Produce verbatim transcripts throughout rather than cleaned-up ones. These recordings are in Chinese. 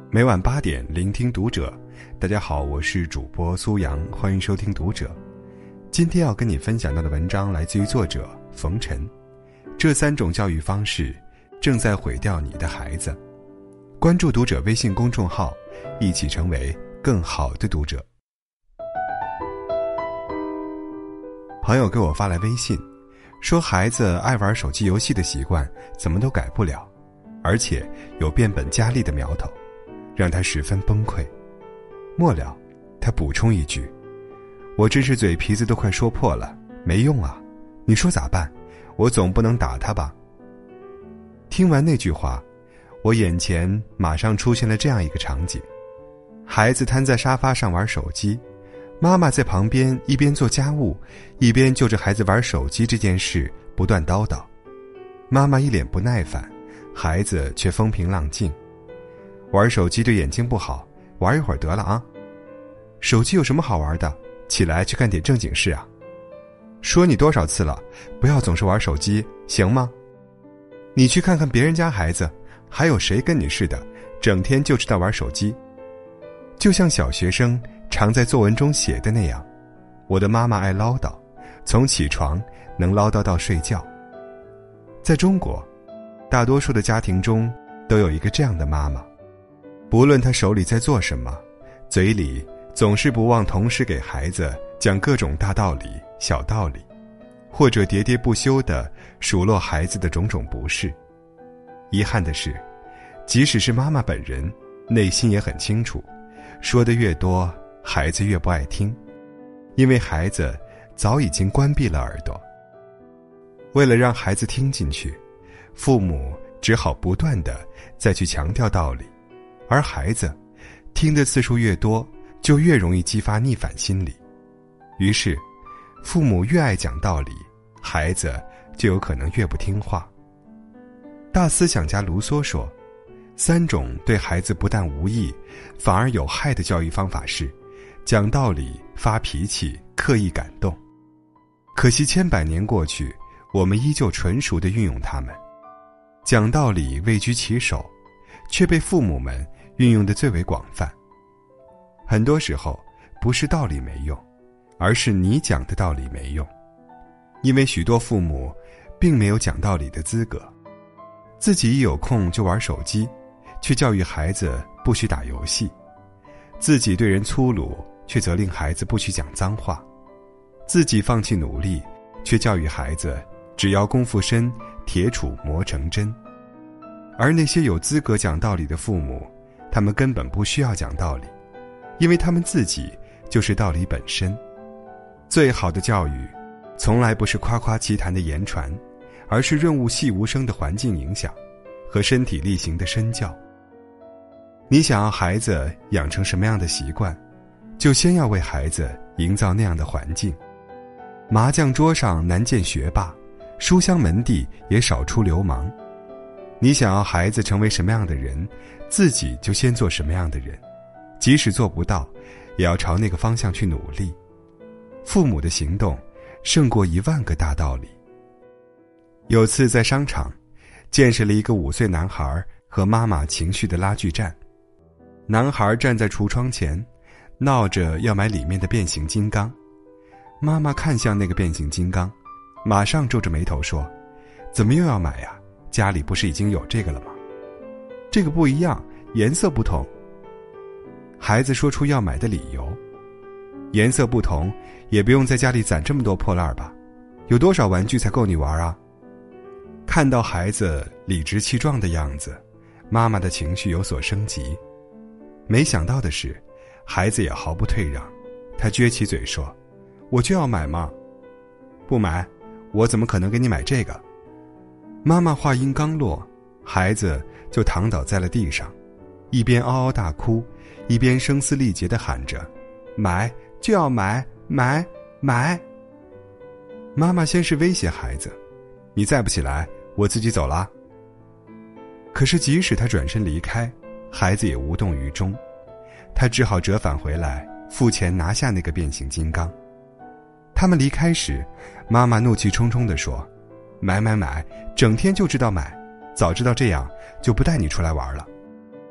每晚八点聆听读者。大家好，我是主播苏阳，欢迎收听读者。今天要跟你分享到的文章来自于作者冯晨。这三种教育方式正在毁掉你的孩子。关注读者微信公众号，一起成为更好的读者。朋友给我发来微信，说孩子爱玩手机游戏的习惯怎么都改不了，而且有变本加厉的苗头，让他十分崩溃。末了，他补充一句：我真是嘴皮子都快说破了，没用啊，你说咋办？我总不能打他吧。听完那句话，我眼前马上出现了这样一个场景：孩子瘫在沙发上玩手机，妈妈在旁边一边做家务，一边就着孩子玩手机这件事不断叨叨。妈妈一脸不耐烦，孩子却风平浪静。玩手机对眼睛不好，玩一会儿得了啊。手机有什么好玩的？起来去干点正经事啊。说你多少次了，不要总是玩手机，行吗？你去看看别人家孩子，还有谁跟你似的，整天就知道玩手机。就像小学生常在作文中写的那样，我的妈妈爱唠叨，从起床能唠叨到睡觉。在中国，大多数的家庭中都有一个这样的妈妈，不论她手里在做什么，嘴里总是不忘同时给孩子讲各种大道理、小道理，或者喋喋不休地数落孩子的种种不是。遗憾的是，即使是妈妈本人，内心也很清楚，说得越多，孩子越不爱听，因为孩子早已经关闭了耳朵。为了让孩子听进去，父母只好不断地再去强调道理，而孩子听的次数越多，就越容易激发逆反心理。于是父母越爱讲道理，孩子就有可能越不听话。大思想家卢梭说，三种对孩子不但无益，反而有害的教育方法是讲道理、发脾气、刻意感动。可惜千百年过去，我们依旧纯熟地运用它们。讲道理位居其首，却被父母们运用得最为广泛。很多时候不是道理没用，而是你讲的道理没用。因为许多父母并没有讲道理的资格，自己一有空就玩手机，却教育孩子不许打游戏；自己对人粗鲁，却责令孩子不许讲脏话；自己放弃努力，却教育孩子只要功夫深，铁杵磨成针。而那些有资格讲道理的父母，他们根本不需要讲道理，因为他们自己就是道理本身。最好的教育从来不是夸夸其谈的言传，而是润物细无声的环境影响和身体力行的身教。你想要孩子养成什么样的习惯，就先要为孩子营造那样的环境。麻将桌上难见学霸，书香门第也少出流氓。你想要孩子成为什么样的人，自己就先做什么样的人，即使做不到，也要朝那个方向去努力。父母的行动胜过一万个大道理。有次在商场见识了一个五岁男孩和妈妈情绪的拉锯战。男孩站在橱窗前，闹着要买里面的变形金刚。妈妈看向那个变形金刚，马上皱着眉头说：怎么又要买呀？家里不是已经有这个了吗？这个不一样，颜色不同。孩子说出要买的理由。颜色不同，也不用在家里攒这么多破烂吧？有多少玩具才够你玩啊？看到孩子理直气壮的样子，妈妈的情绪有所升级。没想到的是，孩子也毫不退让，他撅起嘴说：我就要买嘛。不买，我怎么可能给你买这个？妈妈话音刚落，孩子就躺倒在了地上，一边嗷嗷大哭，一边声嘶力竭地喊着：买就要买，买买。妈妈先是威胁孩子：你再不起来，我自己走了。可是即使他转身离开，孩子也无动于衷，他只好折返回来，付钱拿下那个变形金刚。他们离开时，妈妈怒气冲冲地说：买买买，整天就知道买，早知道这样就不带你出来玩了。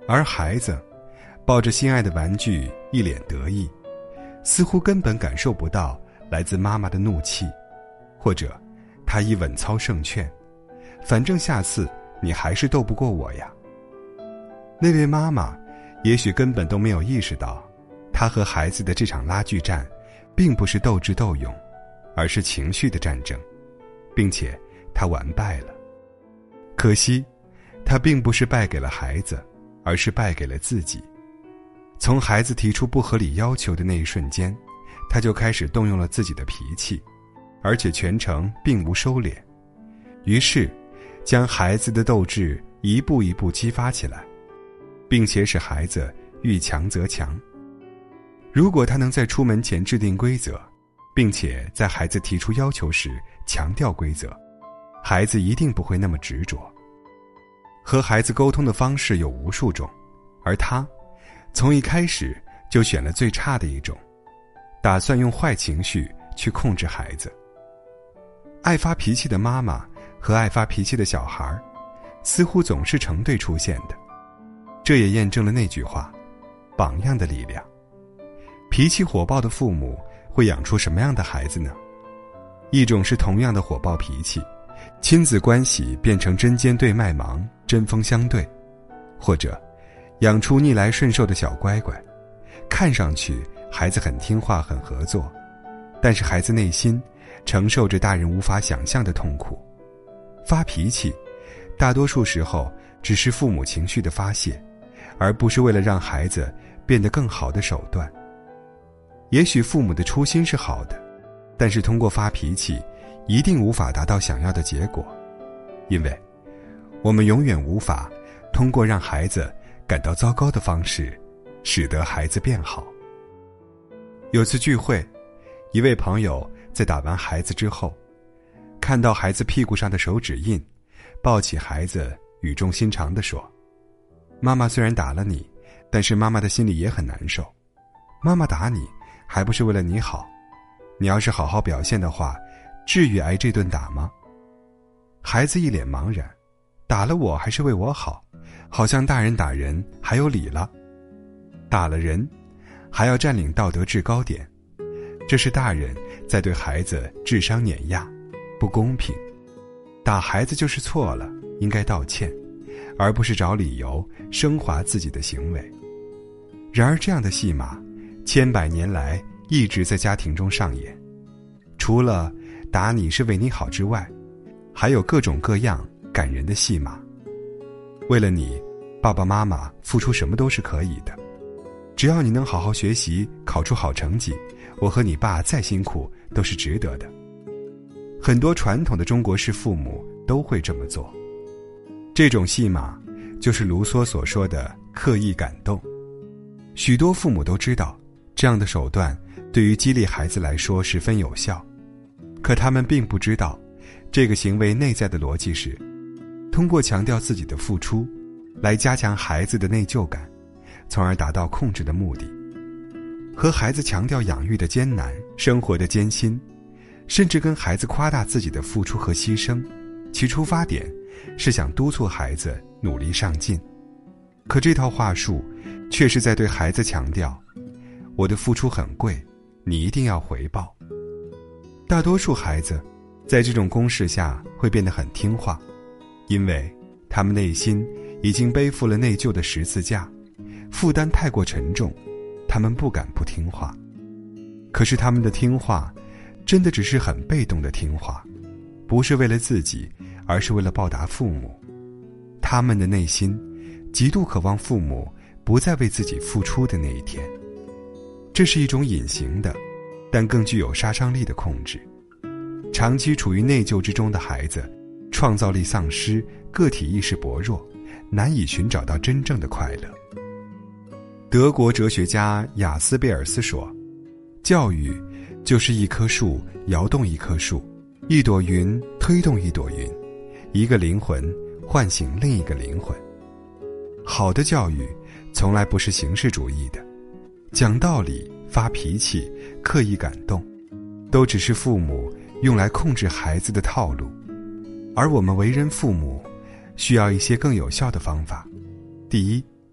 而孩子抱着心爱的玩具一脸得意，似乎根本感受不到来自妈妈的怒气，或者他已稳操胜券，反正下次你还是斗不过我呀。那位妈妈也许根本都没有意识到，她和孩子的这场拉锯战并不是斗智斗勇，而是情绪的战争，并且她完败了。可惜她并不是败给了孩子，而是败给了自己。从孩子提出不合理要求的那一瞬间，她就开始动用了自己的脾气，而且全程并无收敛，于是将孩子的斗志一步一步激发起来，并且使孩子遇强则强。如果他能在出门前制定规则，并且在孩子提出要求时强调规则，孩子一定不会那么执着。和孩子沟通的方式有无数种，而他从一开始就选了最差的一种，打算用坏情绪去控制孩子。爱发脾气的妈妈和爱发脾气的小孩似乎总是成对出现的，这也验证了那句话，榜样的力量。脾气火爆的父母会养出什么样的孩子呢？一种是同样的火爆脾气，亲子关系变成针尖对麦芒，针锋相对；或者养出逆来顺受的小乖乖，看上去孩子很听话很合作，但是孩子内心承受着大人无法想象的痛苦。发脾气大多数时候只是父母情绪的发泄，而不是为了让孩子变得更好的手段。也许父母的初心是好的，但是通过发脾气一定无法达到想要的结果，因为我们永远无法通过让孩子感到糟糕的方式使得孩子变好。有次聚会，一位朋友在打完孩子之后，看到孩子屁股上的手指印，抱起孩子语重心长地说，妈妈虽然打了你，但是妈妈的心里也很难受，妈妈打你还不是为了你好，你要是好好表现的话，至于挨这顿打吗？孩子一脸茫然，打了我还是为我好，好像大人打人还有理了，打了人还要占领道德制高点，这是大人在对孩子智商碾压，不公平。打孩子就是错了，应该道歉，而不是找理由升华自己的行为。然而这样的戏码千百年来一直在家庭中上演，除了打你是为你好之外，还有各种各样感人的戏码。为了你，爸爸妈妈付出什么都是可以的，只要你能好好学习，考出好成绩，我和你爸再辛苦都是值得的。很多传统的中国式父母都会这么做，这种戏码就是卢梭所说的刻意感动。许多父母都知道这样的手段对于激励孩子来说十分有效，可他们并不知道这个行为内在的逻辑是通过强调自己的付出来加强孩子的内疚感，从而达到控制的目的。和孩子强调养育的艰难，生活的艰辛，甚至跟孩子夸大自己的付出和牺牲，其出发点是想督促孩子努力上进。可这套话术却是在对孩子强调，我的付出很贵，你一定要回报。大多数孩子在这种公式下会变得很听话，因为他们内心已经背负了内疚的十字架，负担太过沉重，他们不敢不听话。可是他们的听话真的只是很被动的听话，不是为了自己，而是为了报答父母。他们的内心极度渴望父母不再为自己付出的那一天。这是一种隐形的，但更具有杀伤力的控制。长期处于内疚之中的孩子，创造力丧失，个体意识薄弱，难以寻找到真正的快乐。德国哲学家雅斯贝尔斯说，教育就是一棵树摇动一棵树，一朵云推动一朵云，一个灵魂唤醒另一个灵魂。好的教育从来不是形式主义的，讲道理、发脾气、刻意感动，都只是父母用来控制孩子的套路。而我们为人父母需要一些更有效的方法。第一，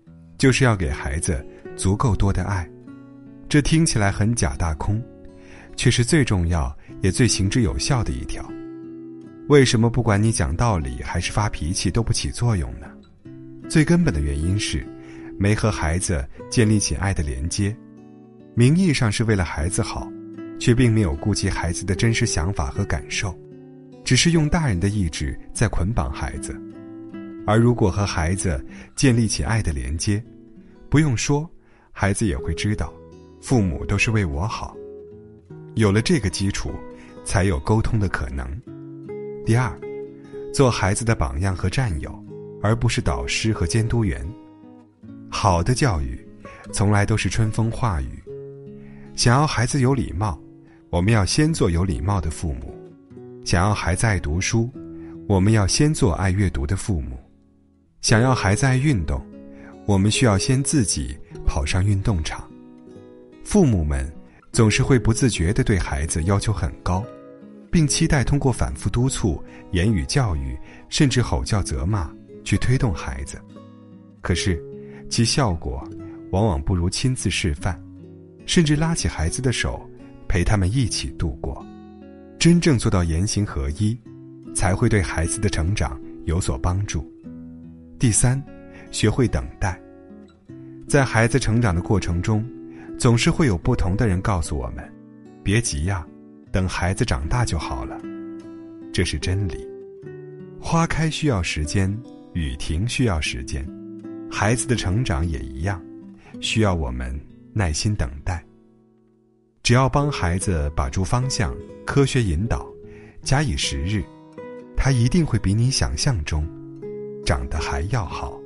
就是要给孩子足够多的爱。这听起来很假大空，却是最重要也最行之有效的一条。为什么不管你讲道理还是发脾气都不起作用呢？最根本的原因是没和孩子建立起爱的连接，名义上是为了孩子好，却并没有顾及孩子的真实想法和感受，只是用大人的意志在捆绑孩子。而如果和孩子建立起爱的连接，不用说，孩子也会知道父母都是为我好。有了这个基础，才有沟通的可能。第二，做孩子的榜样和战友，而不是导师和监督员。好的教育从来都是春风化雨，想要孩子有礼貌，我们要先做有礼貌的父母；想要孩子爱读书，我们要先做爱阅读的父母；想要孩子爱运动，我们需要先自己跑上运动场。父母们总是会不自觉地对孩子要求很高，并期待通过反复督促、言语教育，甚至吼叫责骂去推动孩子。可是其效果往往不如亲自示范，甚至拉起孩子的手陪他们一起度过。真正做到言行合一，才会对孩子的成长有所帮助。第三，学会等待。在孩子成长的过程中，总是会有不同的人告诉我们，别急呀，等孩子长大就好了。这是真理。花开需要时间，雨停需要时间，孩子的成长也一样，需要我们耐心等待。只要帮孩子把住方向，科学引导，假以时日，他一定会比你想象中长得还要好。